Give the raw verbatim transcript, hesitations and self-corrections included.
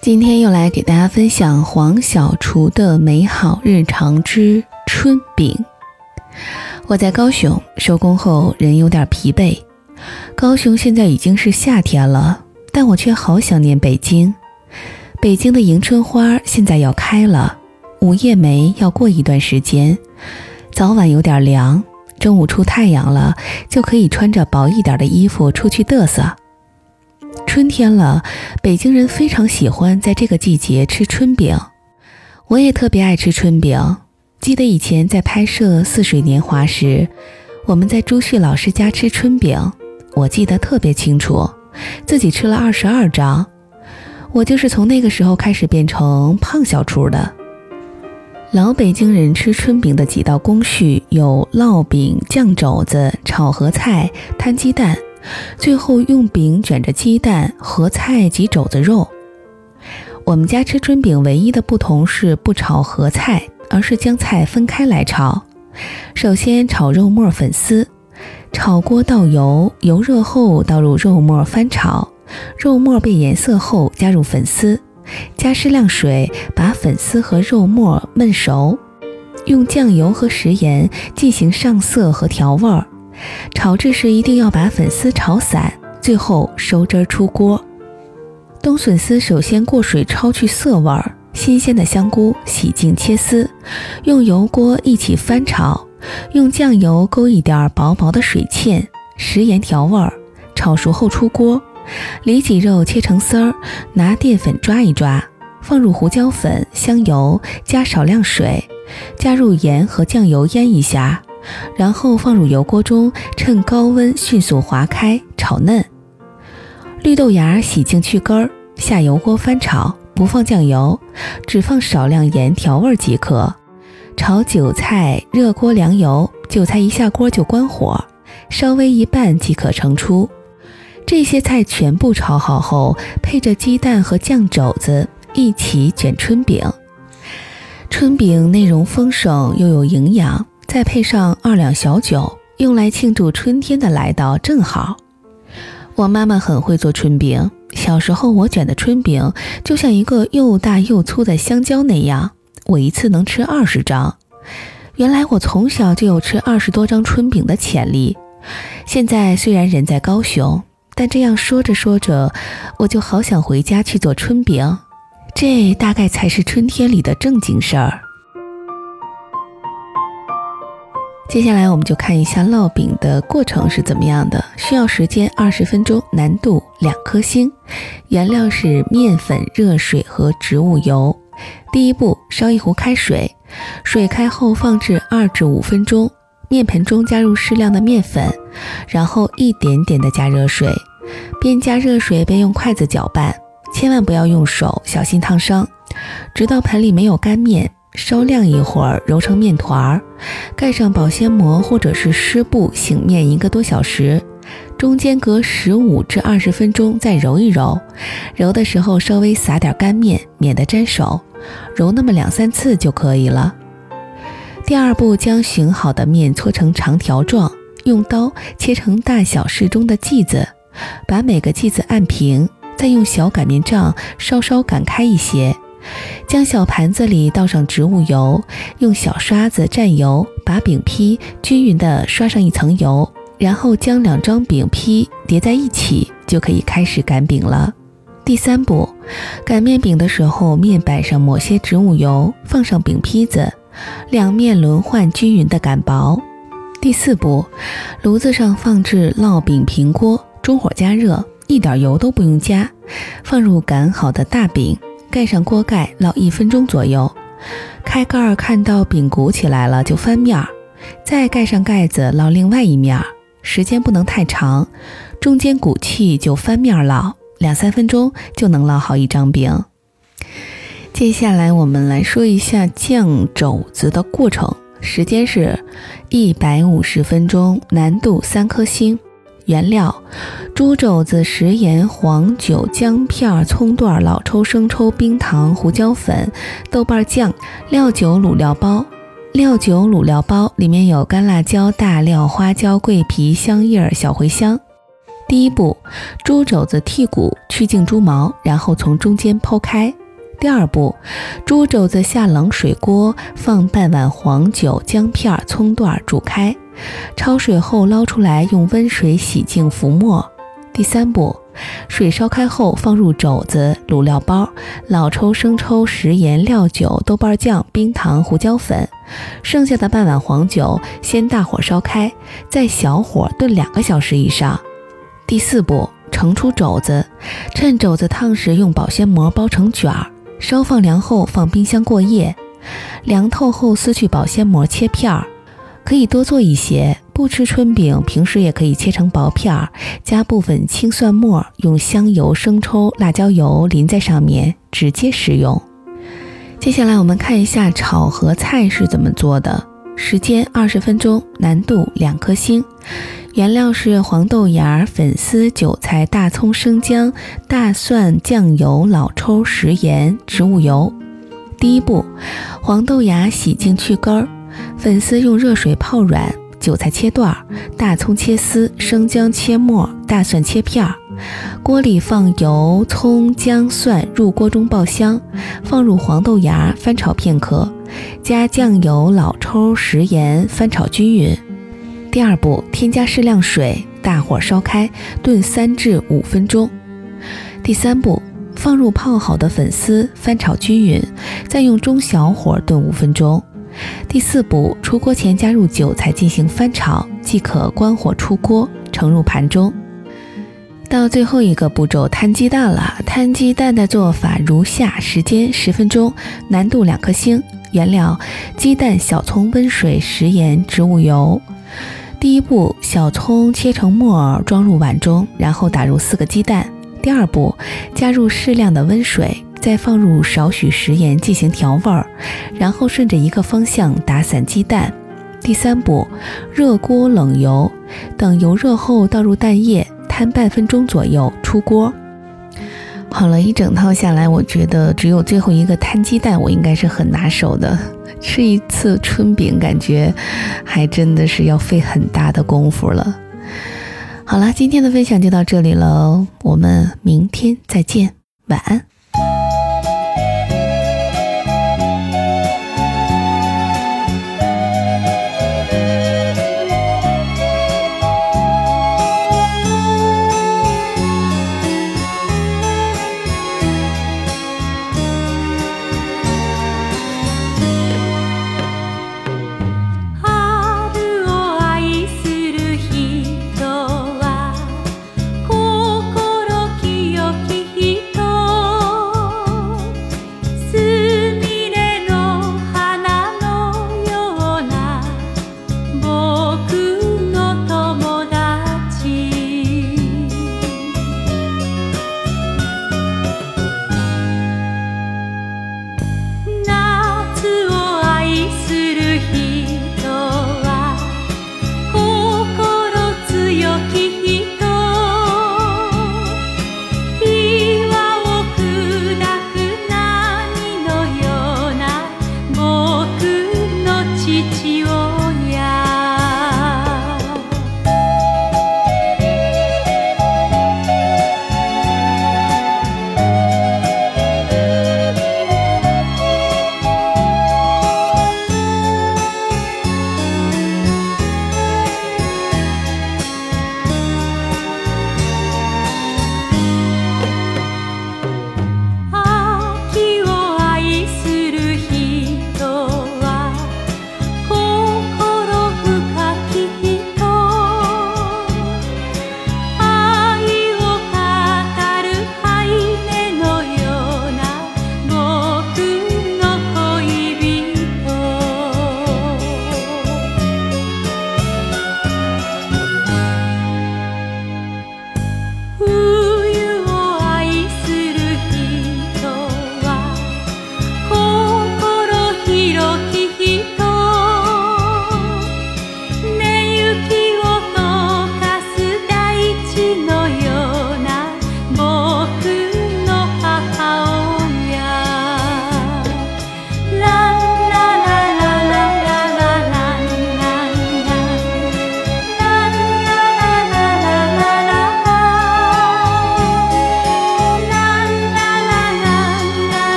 今天又来给大家分享黄小厨的美好日常之春饼。我在高雄收工后人有点疲惫，高雄现在已经是夏天了，但我却好想念北京。北京的迎春花现在要开了，午夜梅要过一段时间，早晚有点凉，中午出太阳了，就可以穿着薄一点的衣服出去嘚瑟。春天了，北京人非常喜欢在这个季节吃春饼，我也特别爱吃春饼。记得以前在拍摄《似水年华》时，我们在朱旭老师家吃春饼，我记得特别清楚，自己吃了二十二张。我就是从那个时候开始变成胖小厨的。老北京人吃春饼的几道工序有烙饼、酱肘子、炒合菜、摊鸡蛋，最后用饼卷着鸡蛋、合菜及肘子肉。我们家吃春饼唯一的不同是不炒合菜，而是将菜分开来炒。首先炒肉末粉丝，炒锅倒油，油热后倒入肉末翻炒，肉末变颜色后加入粉丝，加适量水把粉丝和肉末焖熟，用酱油和食盐进行上色和调味儿。炒制时一定要把粉丝炒散，最后收汁出锅。冬笋丝首先过水焯去涩味儿，新鲜的香菇洗净切丝，用油锅一起翻炒，用酱油勾一点薄薄的水芡，食盐调味儿，炒熟后出锅。里脊肉切成丝儿，拿淀粉抓一抓，放入胡椒粉、香油，加少量水，加入盐和酱油腌一下，然后放入油锅中，趁高温迅速划开炒嫩。绿豆芽洗净去根儿，下油锅翻炒，不放酱油，只放少量盐调味即可。炒韭菜，热锅凉油，韭菜一下锅就关火，稍微一拌即可盛出。这些菜全部炒好后，配着鸡蛋和酱肘子一起卷春饼。春饼内容丰盛又有营养，再配上二两小酒，用来庆祝春天的来到正好。我妈妈很会做春饼，小时候我卷的春饼就像一个又大又粗的香蕉那样，我一次能吃二十张。原来我从小就有吃二十多张春饼的潜力。现在虽然人在高雄，但这样说着说着，我就好想回家去做春饼，这大概才是春天里的正经事儿。接下来我们就看一下烙饼的过程是怎么样的。需要时间二十分钟，难度两颗星。原料是面粉、热水和植物油。第一步，烧一壶开水，水开后放置二至五分钟，面盆中加入适量的面粉，然后一点点的加热水，边加热水边用筷子搅拌，千万不要用手，小心烫伤。直到盆里没有干面，烧晾一会儿，揉成面团，盖上保鲜膜或者是湿布醒面一个多小时，中间隔十五至二十分钟再揉一揉，揉的时候稍微撒点干面，免得沾手，揉那么两三次就可以了。第二步，将醒好的面搓成长条状，用刀切成大小适中的剂子，把每个剂子按平，再用小擀面杖稍稍擀开一些，将小盘子里倒上植物油，用小刷子蘸油，把饼坯均匀地刷上一层油，然后将两张饼坯叠在一起，就可以开始擀饼了。第三步，擀面饼的时候，面板上抹些植物油，放上饼坯子，两面轮换均匀地擀薄。第四步，炉子上放置烙饼平锅，中火加热，一点油都不用加，放入擀好的大饼，盖上锅盖，烙一分钟左右。开盖看到饼鼓起来了就翻面，再盖上盖子烙另外一面，时间不能太长，中间鼓气就翻面烙，两三分钟就能烙好一张饼。接下来我们来说一下酱肘子的过程，时间是一百五十分钟，难度三颗星。原料：猪肘子、食盐、黄酒、姜片、葱段、老抽、生抽、冰糖、胡椒粉、豆瓣酱、料酒卤料包。料酒卤料包里面有干辣椒、大料、花椒、桂皮、香叶、小茴香。 第一步，猪肘子剔骨，去净猪毛，然后从中间剖开。第二步，猪肘子下冷水锅，放半碗黄酒、姜片、葱段煮开，焯水后捞出来，用温水洗净浮沫。第三步，水烧开后放入肘子、卤料包、老抽、生抽、食盐、料酒、豆瓣酱、冰糖、胡椒粉，剩下的半碗黄酒先大火烧开，再小火炖两个小时以上。第四步，盛出肘子，趁肘子烫时用保鲜膜包成卷儿，稍放凉后放冰箱过夜，凉透后撕去保鲜膜切片儿，可以多做一些。不吃春饼，平时也可以切成薄片儿，加部分青蒜末，用香油、生抽、辣椒油淋在上面，直接食用。接下来我们看一下炒合菜是怎么做的。时间二十分钟，难度两颗星。原料是黄豆芽、粉丝、韭菜、大葱、生姜、大蒜、酱油、老抽、食盐、植物油。第一步，黄豆芽洗净去根儿，粉丝用热水泡软，韭菜切段，大葱切丝，生姜切末，大蒜切片。锅里放油、葱、姜、蒜，入锅中爆香，放入黄豆芽，翻炒片刻，加酱油、老抽、食盐，翻炒均匀。第二步，添加适量水，大火烧开，炖三至五分钟。第三步，放入泡好的粉丝，翻炒均匀，再用中小火炖五分钟。第四步，出锅前加入韭菜进行翻炒，即可关火出锅，盛入盘中。到最后一个步骤，摊鸡蛋了。摊鸡蛋的做法如下：时间十分钟，难度两颗星。原料：鸡蛋、小葱、温水、食盐、植物油。第一步，小葱切成末儿，装入碗中，然后打入四个鸡蛋。第二步，加入适量的温水，再放入少许食盐进行调味儿，然后顺着一个方向打散鸡蛋。第三步，热锅冷油，等油热后倒入蛋液，摊半分钟左右，出锅。好了，一整套下来，我觉得只有最后一个摊鸡蛋我应该是很拿手的。吃一次春饼感觉还真的是要费很大的功夫了。好了，今天的分享就到这里了，我们明天再见，晚安。